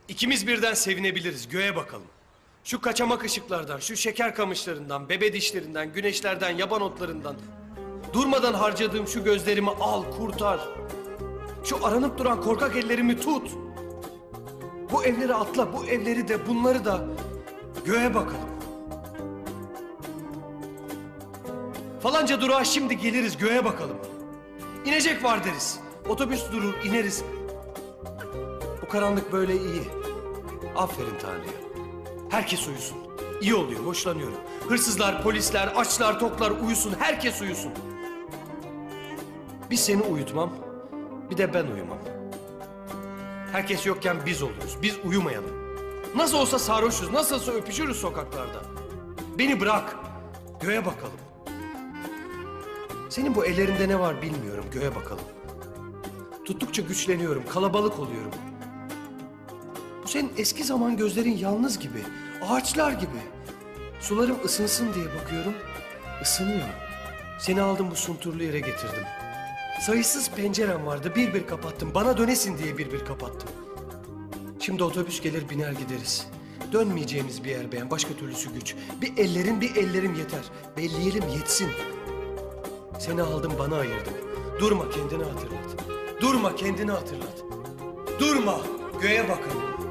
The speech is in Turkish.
İkimiz birden sevinebiliriz, göğe bakalım. Şu kaçamak ışıklardan, şu şeker kamışlarından, bebe dişlerinden, güneşlerden, yaban otlarından... ...durmadan harcadığım şu gözlerimi al, kurtar. Şu aranıp duran korkak ellerimi tut. Bu evleri atla, bu evleri de, bunları da... ...göğe bakalım. Falanca durağa şimdi geliriz, göğe bakalım. İnecek var deriz. Otobüs durur, ineriz. Bu karanlık böyle iyi. Aferin Tanrı'ya. Herkes uyusun. İyi oluyor, hoşlanıyorum. Hırsızlar, polisler, açlar, toklar uyusun, herkes uyusun. Bir seni uyutmam, bir de ben uyumam. Herkes yokken biz oluruz, biz uyumayalım. Nasıl olsa sarhoşuz, nasıl olsa öpüşürüz sokaklarda. Beni bırak, göğe bakalım. Senin bu ellerinde ne var bilmiyorum, göğe bakalım. Tuttukça güçleniyorum, kalabalık oluyorum. Bu senin eski zaman gözlerin yalnız gibi, ağaçlar gibi. Sularım ısınsın diye bakıyorum, ısınıyor. Seni aldım bu sunturlu yere getirdim. Sayısız pencerem vardı, bir bir kapattım. Bana dönesin diye bir bir kapattım. Şimdi otobüs gelir biner gideriz. Dönmeyeceğimiz bir yer beğen, başka türlüsü güç. Bir ellerim yeter. Belleyelim yetsin. Seni aldım bana ayırdım. Durma kendini hatırlat. Durma kendini hatırlat. Durma göğe bakalım.